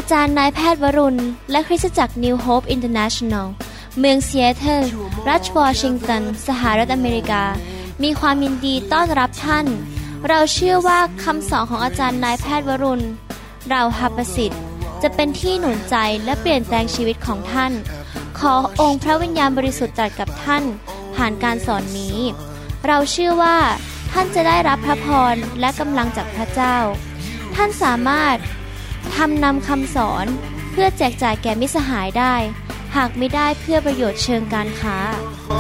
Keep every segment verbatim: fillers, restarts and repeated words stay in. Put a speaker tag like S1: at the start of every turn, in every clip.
S1: จารย์นายแพทย์วรุณและคริสตจักร New Hope International เมืองซีแอตเทิลรัฐวอชิงตันสหรัฐอเมริกามีความยินดีต้อนรับท่านเราเชื่อว่าคำสอนของอาจารย์นายแพทย์วรุณเราหประสิทธิ์จะเป็นที่หนุนใจและเปลี่ยนแปลงชีวิตของท่านขอองค์พระวิญญาณบริสุทธิ์ตรัสกับท่านผ่านการสอนนี้เราเชื่อว่าท่านจะได้รับพระพรและกำลังจากพระเจ้าท่านสามารถทำนำคำสอนเพื่อแจกจ่ายแก่มิตรสหายได้หากไม่ได้เพื่อประโยชน์เชิงการค้า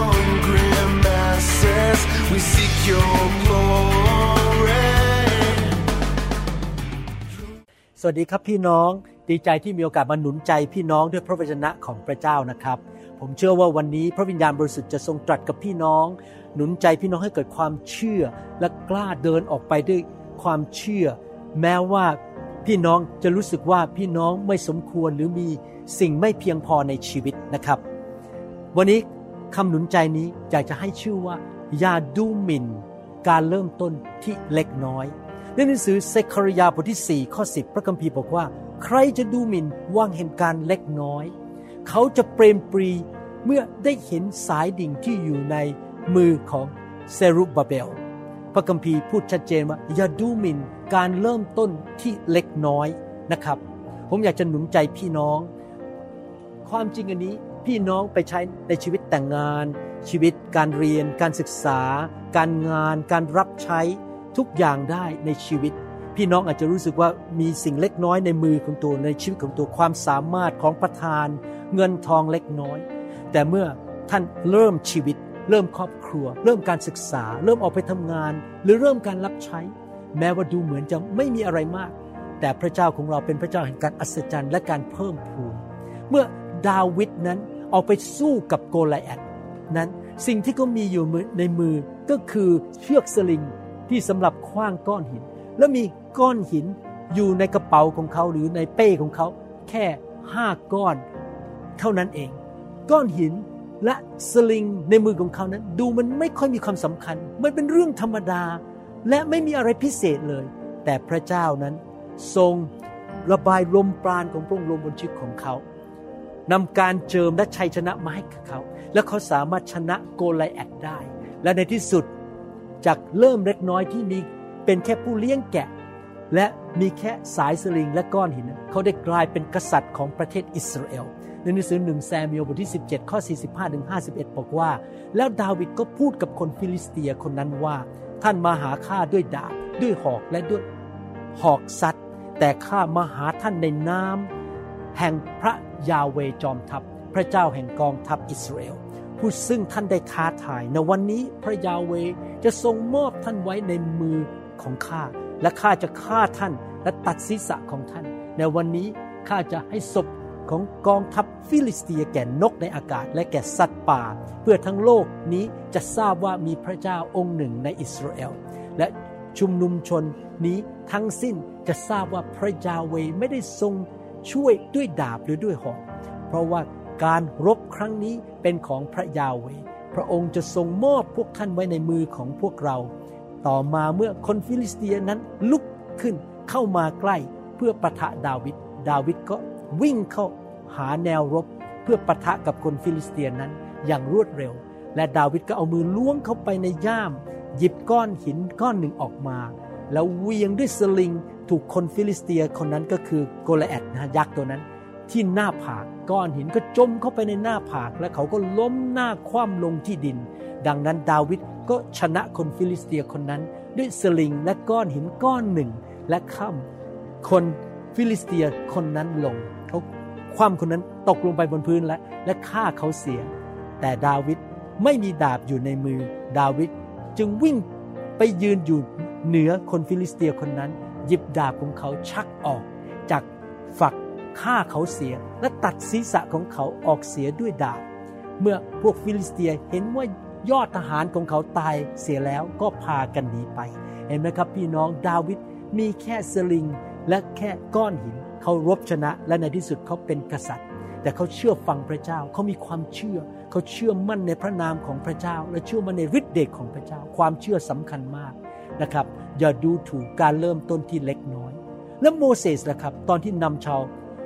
S2: สวัสดีครับพี่น้องดีใจที่มีโอกาสมาหนุนใจพี่น้องด้วยพระวจนะของพระเจ้านะครับผมเชื่อว่าวันนี้พระวิญญาณบริสุทธิ์จะทรงตรัสกับพี่น้องหนุนใจพี่น้องให้เกิดความเชื่อและกล้าเดินออกไปด้วยความเชื่อแม้ว่าพี่น้องจะรู้สึกว่าพี่น้องไม่สมควรหรือมีสิ่งไม่เพียงพอในชีวิตนะครับวันนี้คำหนุนใจนี้อยากจะให้ชื่อว่าอย่าดูหมิ่นการเริ่มต้นที่เล็กน้อยในหนังสือเซคาริยาบทที่สี่ข้อสิบพระคัมภีร์บอกว่าใครจะดูหมิ่นว่างเห็นการเล็กน้อยเขาจะเปรมปรีเมื่อได้เห็นสายดิ่งที่อยู่ในมือของเซรุบาเบลพระคัมภีร์พูดชัดเจนว่าอย่าดูหมิ่นการเริ่มต้นที่เล็กน้อยนะครับผมอยากจะหนุนใจพี่น้องความจริงอันนี้พี่น้องไปใช้ในชีวิตแต่งงานชีวิตการเรียนการศึกษาการงานการรับใช้ทุกอย่างได้ในชีวิตพี่น้องอาจจะรู้สึกว่ามีสิ่งเล็กน้อยในมือของตัวในชีวิตของตัวความสามารถของประทานเงินทองเล็กน้อยแต่เมื่อท่านเริ่มชีวิตเริ่มครอบครัวเริ่มการศึกษาเริ่มออกไปทำงานหรือเริ่มการรับใช้แม้ว่าดูเหมือนจะไม่มีอะไรมากแต่พระเจ้าของเราเป็นพระเจ้าแห่งการอัศจรรย์และการเพิ่มพูนเมื่อดาวิดนั้นออกไปสู้กับโกลิอัทนั้นสิ่งที่เขามีอยู่ในมือก็คือเชือกสลิงที่สำหรับขว้างก้อนหินแล้วมีก้อนหินอยู่ในกระเป๋าของเขาหรือในเป้ของเขาแค่ห้าก้อนเท่านั้นเองก้อนหินและสลิงในมือของเขานั้นดูมันไม่ค่อยมีความสำคัญมันเป็นเรื่องธรรมดาและไม่มีอะไรพิเศษเลยแต่พระเจ้านั้นทรงระบายลมปราณของพระองค์ลงบนชีวิตของเขานำการเจิมและชัยชนะมาให้เขาและเขาสามารถชนะโกลิอัทได้และในที่สุดจากเริ่มเล็กน้อยที่มีเป็นแค่ผู้เลี้ยงแกะและมีแค่สายสลิงและก้อนหินเขาได้กลายเป็นกษัตริย์ของประเทศอิสราเอลในหนังสือหนึ่งซามูเอลบทที่สิบเจ็ดข้อสี่สิบห้าถึงห้าสิบเอ็ดบอกว่าแล้วดาวิดก็พูดกับคนฟิลิสเตียคนนั้นว่าท่านมาหาข้าด้วยดาบด้วยหอกและด้วยหอกซัดแต่ข้ามาหาท่านในนามแห่งพระยาเวห์จอมทัพพระเจ้าแห่งกองทัพอิสราเอลผู้ซึ่งท่านได้ท้าทายในวันนี้พระยาเวห์จะทรงมอบท่านไว้ในมือของข้าและข้าจะฆ่าท่านและตัดศีรษะของท่านในวันนี้ข้าจะให้ศพของกองทัพฟิลิสเตียแก่นกในอากาศและแก่สัตว์ป่าเพื่อทั้งโลกนี้จะทราบว่ามีพระเจ้าองค์หนึ่งในอิสราเอลและชุมนุมชนนี้ทั้งสิ้นจะทราบว่าพระยาเวห์ไม่ได้ทรงช่วยด้วยดาบหรือด้วยหอกเพราะว่าการรบครั้งนี้เป็นของพระยาเวห์พระองค์จะทรงมอบพวกท่านไว้ในมือของพวกเราต่อมาเมื่อคนฟิลิสเตียนั้นลุกขึ้นเข้ามาใกล้เพื่อปะทะดาวิดดาวิดก็วิ่งเข้าหาแนวรบเพื่อปะทะกับคนฟิลิสเตียนั้นอย่างรวดเร็วและดาวิดก็เอามือล้วงเข้าไปในย่ามหยิบก้อนหินก้อนหนึ่งออกมาแล้วเวียงด้วยสลิงถูกคนฟิลิสเตียคนนั้นก็คือโกลิอัทนะยักษ์ตัวนั้นที่หน้าผากก้อนหินก็จมเข้าไปในหน้าผากและเขาก็ล้มหน้าคว่ำลงที่ดินดังนั้นดาวิดก็ชนะคนฟิลิสเตียคนนั้นด้วยสลิงและก้อนหินก้อนหนึ่งและฆ่าคนฟิลิสเตียคนนั้นลงเขาคว่ำคนนั้นตกลงไปบนพื้นและและฆ่าเขาเสียแต่ดาวิดไม่มีดาบอยู่ในมือดาวิดจึงวิ่งไปยืนอยู่เหนือคนฟิลิสเตียคนนั้นหยิบดาบของเขาชักออกจากฝักฆ่าเขาเสียและตัดศีรษะของเขาออกเสียด้วยดาบเมื่อพวกฟิลิสเตียเห็นว่ายอดทหารของเขาตายเสียแล้วก็พากันหนีไปเห็นไหมครับพี่น้องดาวิดมีแค่สลิงและแค่ก้อนหินเขารบชนะและในที่สุดเขาเป็นกษัตริย์แต่เขาเชื่อฟังพระเจ้าเขามีความเชื่อเขาเชื่อมั่นในพระนามของพระเจ้าและเชื่อมั่นในฤทธิ์เดชของพระเจ้าความเชื่อสำคัญมากนะครับอย่าดูถูกการเริ่มต้นที่เล็กน้อยแล้วโมเสสล่ะครับตอนที่นำชาว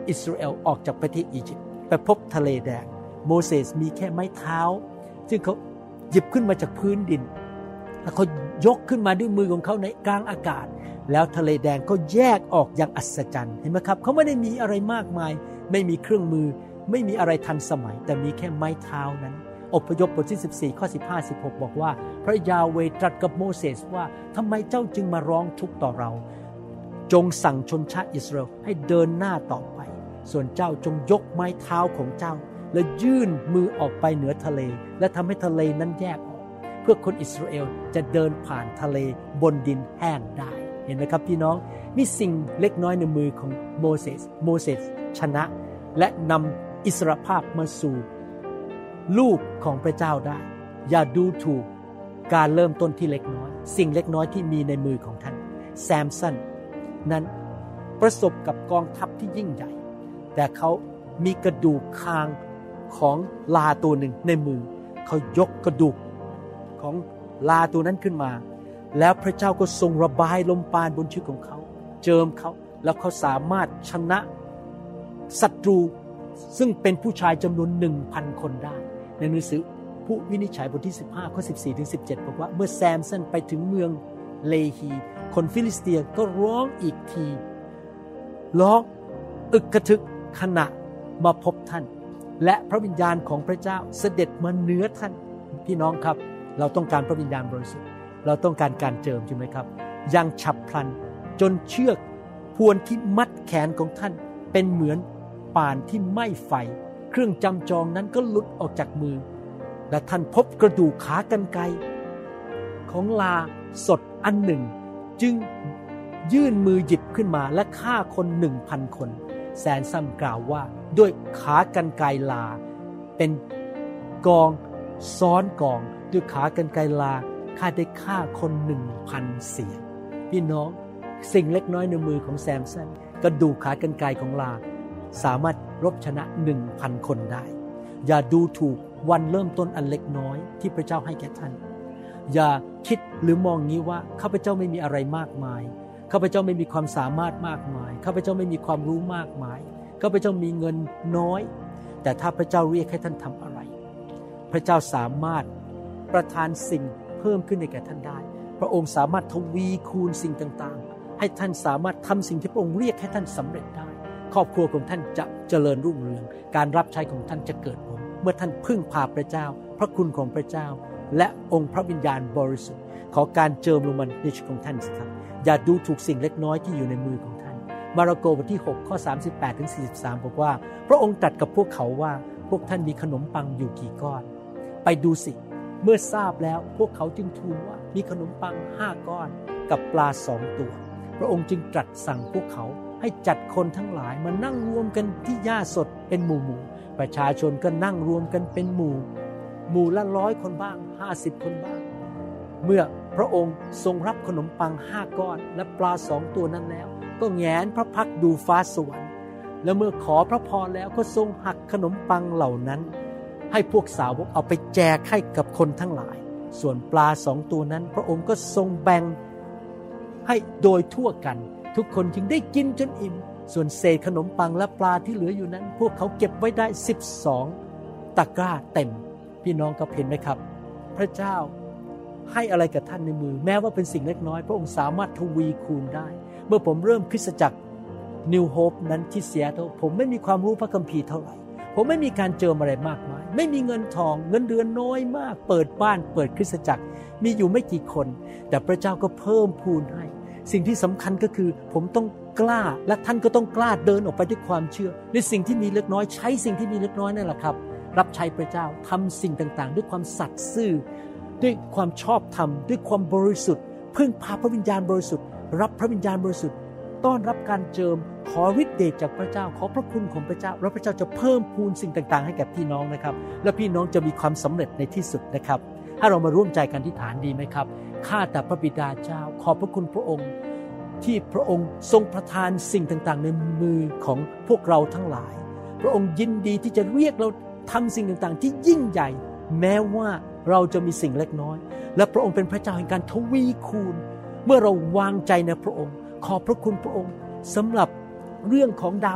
S2: อิสราเอลออกจากประเทศอียิปต์ไปพบทะเลแดงโมเสสมีแค่ไม้เท้าซึ่งเขาหยิบขึ้นมาจากพื้นดินแล้วเขายกขึ้นมาด้วยมือของเขาในกลางอากาศแล้วทะเลแดงก็แยกออกอย่างอัศจรรย์เห็นไหมครับเขาไม่ได้มีอะไรมากมายไม่มีเครื่องมือไม่มีอะไรทันสมัยแต่มีแค่ไม้เท้านั้นอพยพบทที่สิบสี่ข้อสิบห้า สิบหกบอกว่าพระยาเวห์ตรัสกับโมเสสว่าทำไมเจ้าจึงมาร้องทุกข์ต่อเราจงสั่งชนชาติอิสราเอลให้เดินหน้าต่อไปส่วนเจ้าจงยกไม้เท้าของเจ้าและยื่นมือออกไปเหนือทะเลและทำให้ทะเลนั้นแยกออกเพื่อคนอิสราเอลจะเดินผ่านทะเลบนดินแห้งได้เห็นไหมครับพี่น้องมีสิ่งเล็กน้อยในมือของโมเสสโมเสสชนะและนำอิสรภาพมาสู่ลูกของพระเจ้าได้อย่าดูถูกการเริ่มต้นที่เล็กน้อยสิ่งเล็กน้อยที่มีในมือของท่านแซมสันนั้นประสบกับกองทัพที่ยิ่งใหญ่แต่เขามีกระดูกคางของลาตัวหนึ่งในมือเขายกกระดูกของลาตัวนั้นขึ้นมาแล้วพระเจ้าก็ทรงระบายลมปราณบนชีวิตของเขาเจิมเขาแล้วเขาสามารถชนะศัตรูซึ่งเป็นผู้ชายจำนวน หนึ่งพัน คนได้ในหนังสือผู้วินิจฉัยบทที่สิบห้าข้อสิบสี่ถึงสิบเจ็ดบอกว่าเมื่อแซมสันไปถึงเมืองเลฮีคนฟิลิสเตียก็ร้องอีกทีร้องอึกกระทึกขณะมาพบท่านและพระวิญญาณของพระเจ้าเสด็จมาเหนือท่านพี่น้องครับเราต้องการพระวิญญาณบริสุทธิ์เราต้องการการเจิมใช่ไหมครับยังฉับพลันจนเชือกพวนที่มัดแขนของท่านเป็นเหมือนป่านที่ไหม้ไฟเครื่องจำจองนั้นก็หลุดออกจากมือและท่านพบกระดูกขากรรไกรของลาสดอันหนึ่งจึงยื่นมือหยิบขึ้นมาและฆ่าคนหนึ่งพันคนแซนซัมกล่าวว่าด้วยขากรรไกรลาเป็นกองซ้อนกองด้วยขากรรไกรลาข้าได้ฆ่าคนหนึ่งพันเสียงพี่น้องสิ่งเล็กน้อยในมือของแซมสันกระดูกขากรรไกรของลาสามารถรบชนะ หนึ่งพัน คนได้อย่าดูถูกวันเริ่มต้นอันเล็กน้อยที่พระเจ้าให้แก่ท่านอย่าคิดหรือมองงี้ว่าข้าพเจ้าไม่มีอะไรมากมายข้าพเจ้าไม่มีความสามารถมากมายข้าพเจ้าไม่มีความรู้มากมายข้าพเจ้ามีเงินน้อยแต่ถ้าพระเจ้าเรียกให้ท่านทำอะไรพระเจ้าสามารถประทานสิ่งเพิ่มขึ้นในแก่ท่านได้พระองค์สามารถทวีคูณสิ่งต่างๆให้ท่านสามารถทำสิ่งที่พระองค์เรียกให้ท่านสำเร็จได้ครอบครัวของท่านจะเจริญรุ่งเรืองการรับใช้ของท่านจะเกิดผลเมื่อท่านพึ่งพาพระเจ้าพระคุณของพระเจ้าและองค์พระวิญญาณบริสุทธิ์ขอการเจิมลงมาในชีวิตของท่านสิครับอย่าดูถูกสิ่งเล็กน้อยที่อยู่ในมือของท่านมาระโกบทที่หกข้อสามสิบแปดถึงสี่สิบสามบอกว่าพระองค์ตรัสกับพวกเขาว่าพวกท่านมีขนมปังอยู่กี่ก้อนไปดูสิเมื่อทราบแล้วพวกเขาจึงทูลว่ามีขนมปังห้าก้อนกับปลาสองตัวพระองค์จึงตรัสสั่งพวกเขาให้จัดคนทั้งหลายมานั่งรวมกันที่หญ้าสดเป็นหมู่ๆประชาชนก็นั่งรวมกันเป็นหมู่หมู่ละร้อยคนบ้างห้าสิบคนบ้างเมื่อพระองค์ทรงรับขนมปังห้าก้อนและปลาสองตัวนั้นแล้วก็แงนพระพักตร์ดูฟ้าสวรรค์และเมื่อขอพระพรแล้วก็ทรงหักขนมปังเหล่านั้นให้พวกสาวกเอาไปแจกให้กับคนทั้งหลายส่วนปลาสองตัวนั้นพระองค์ก็ทรงแบ่งให้โดยทั่วกันทุกคนจึงได้กินจนอิ่มส่วนเศษขนมปังและปลาที่เหลืออยู่นั้นพวกเขาเก็บไว้ได้สิบสองตะกร้าเต็มพี่น้องก็เห็นไหมครับพระเจ้าให้อะไรกับท่านในมือแม้ว่าเป็นสิ่งเล็กน้อยพระองค์สามารถทวีคูณได้เมื่อผมเริ่มคริสตจักร New Hope นั้นที่ซีแอตเทิลผมไม่มีความรู้พระคัมภีร์เท่าไหร่ผมไม่มีการเจิมอะไรมากมายไม่มีเงินทองเงินเดือนน้อยมากเปิดบ้านเปิดคริสตจักรมีอยู่ไม่กี่คนแต่พระเจ้าก็เพิ่มพูนให้สิ่งที่สำคัญก็คือผมต้องกล้าและท่านก็ต้องกล้าเดินออกไปด้วยความเชื่อในสิ่งที่มีเล็กน้อยใช้สิ่งที่มีเล็กน้อยนั่นแหละครับรับใช้พระเจ้าทำสิ่งต่างๆด้วยความสัตย์ซื่อด้วยความชอบธรรมด้วยความบริสุทธิ์พึ่งพาพระวิญญาณบริสุทธิ์รับพระวิญญาณบริสุทธิ์ต้อนรับการเจิมขอฤทธิ์เดชจากพระเจ้าขอพระคุณของพระเจ้าแล้วพระเจ้าจะเพิ่มพูนสิ่งต่างๆให้แก่พี่น้องนะครับและพี่น้องจะมีความสำเร็จในที่สุดนะครับถ้าเรามาร่วมใจกันอธิษฐานดีไหมครับข้าแต่พระบิดาเจ้าขอบพระคุณพระองค์ที่พระองค์ทรงประทานสิ่งต่างๆในมือของพวกเราทั้งหลายพระองค์ยินดีที่จะเรียกเราทำสิ่งต่างๆที่ยิ่งใหญ่แม้ว่าเราจะมีสิ่งเล็กน้อยและพระองค์เป็นพระเจ้าแห่งการทวีคูณเมื่อเราวางใจในพระองค์ขอบพระคุณพระองค์สำหรับเรื่องของดาวิด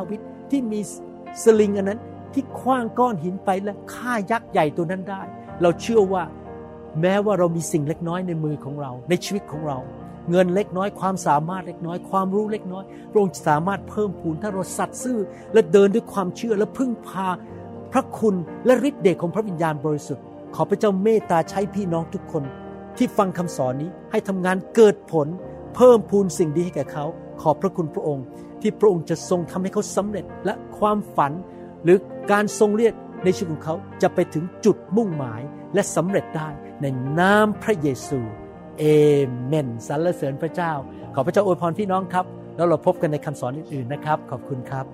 S2: ที่มีสลิงอันนั้นที่ขว้างก้อนหินไปและฆ่ายักษ์ใหญ่ตัวนั้นได้เราเชื่อว่าแม้ว่าเรามีสิ่งเล็กน้อยในมือของเราในชีวิตของเราเงินเล็กน้อยความสามารถเล็กน้อยความรู้เล็กน้อยพระองค์สามารถเพิ่มพูนถ้าเราสัตย์ซื่อและเดินด้วยความเชื่อและพึ่งพาพระคุณและฤทธิ์เดชของพระวิญญาณบริสุทธิ์ขอพระเจ้าเมตตาใช้พี่น้องทุกคนที่ฟังคำสอนนี้ให้ทำงานเกิดผลเพิ่มพูนสิ่งดีให้แก่เขาขอบพระคุณพระองค์ที่พระองค์จะทรงทำให้เขาสำเร็จและความฝันหรือการทรงเรียกในชีวิตของเขาจะไปถึงจุดมุ่งหมายและสำเร็จได้ในนามพระเยซูเอเมนสรรเสริญพระเจ้าขอพระเจ้าอวยพรพี่น้องครับแล้วเราพบกันในคำสอนอื่นๆนะครับขอบคุณครับ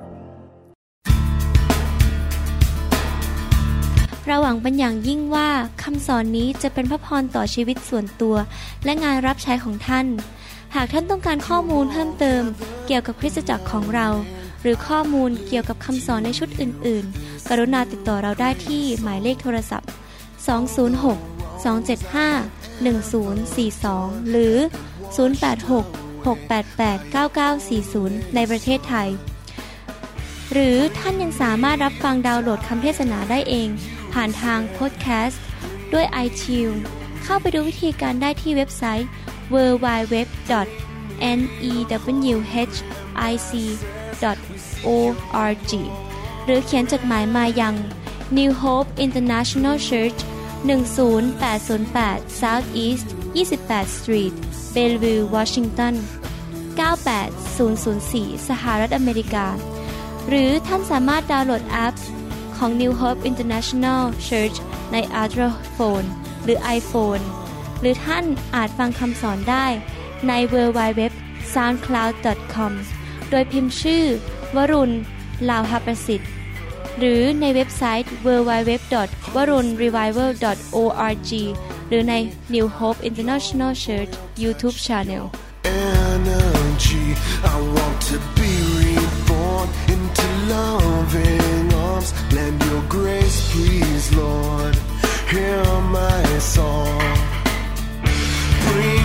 S1: เราหวังเป็นอย่างยิ่งว่าคำสอนนี้จะเป็นพระพรต่อชีวิตส่วนตัวและงานรับใช้ของท่านหากท่านต้องการข้อมูลเพิ่มเติมเกี่ยวกับคริสตจักรของเราหรือข้อมูลเกี่ยวกับคำสอนในชุดอื่นๆกรุณาติดต่อเราได้ที่หมายเลขโทรศัพท์สอง ศูนย์ หก สอง เจ็ด ห้า หนึ่ง ศูนย์ สี่ สองหรือศูนย์ แปด หก หก แปด แปด เก้า เก้า สี่ ศูนย์ในประเทศไทยหรือท่านยังสามารถรับฟังดาวน์โหลดคำเทศนาได้เองผ่านทางพอดแคสต์ด้วย iTunes เข้าไปดูวิธีการได้ที่เว็บไซต์ ดับเบิลยู ดับเบิลยู ดับเบิลยู ดอท เน อี ดับเบิลยู เอช ไอ ซี ดอท โอ อาร์ จี หรือเขียนจดหมายมายัง New Hope International Church หนึ่ง ศูนย์ แปด ศูนย์ แปด South East ยี่สิบแปด Street Bellevue Washington เก้า แปด ศูนย์ ศูนย์ สี่ สหรัฐอเมริกาหรือท่านสามารถดาวน์โหลดแอปของ New Hope International Church ใน Android Phone หรือ iPhone หรือท่านอาจฟังคำสอนได้ใน ดับเบิลยู ดับเบิลยู ดับเบิลยู ดอท ซาวด์คลาวด์ ดอท คอม โดยพิมพ์ชื่อวรุณ ลาวหประสิทธิ์หรือในเว็บไซต์ ดับเบิลยู ดับเบิลยู ดับเบิลยู ดอท วรุณ รีไววัล ดอท โอ อาร์ จี หรือใน New Hope International Church YouTube Channel
S3: Energy, I want to be reborn into loving arms. Lend your grace, please, Lord. Hear my song. Bring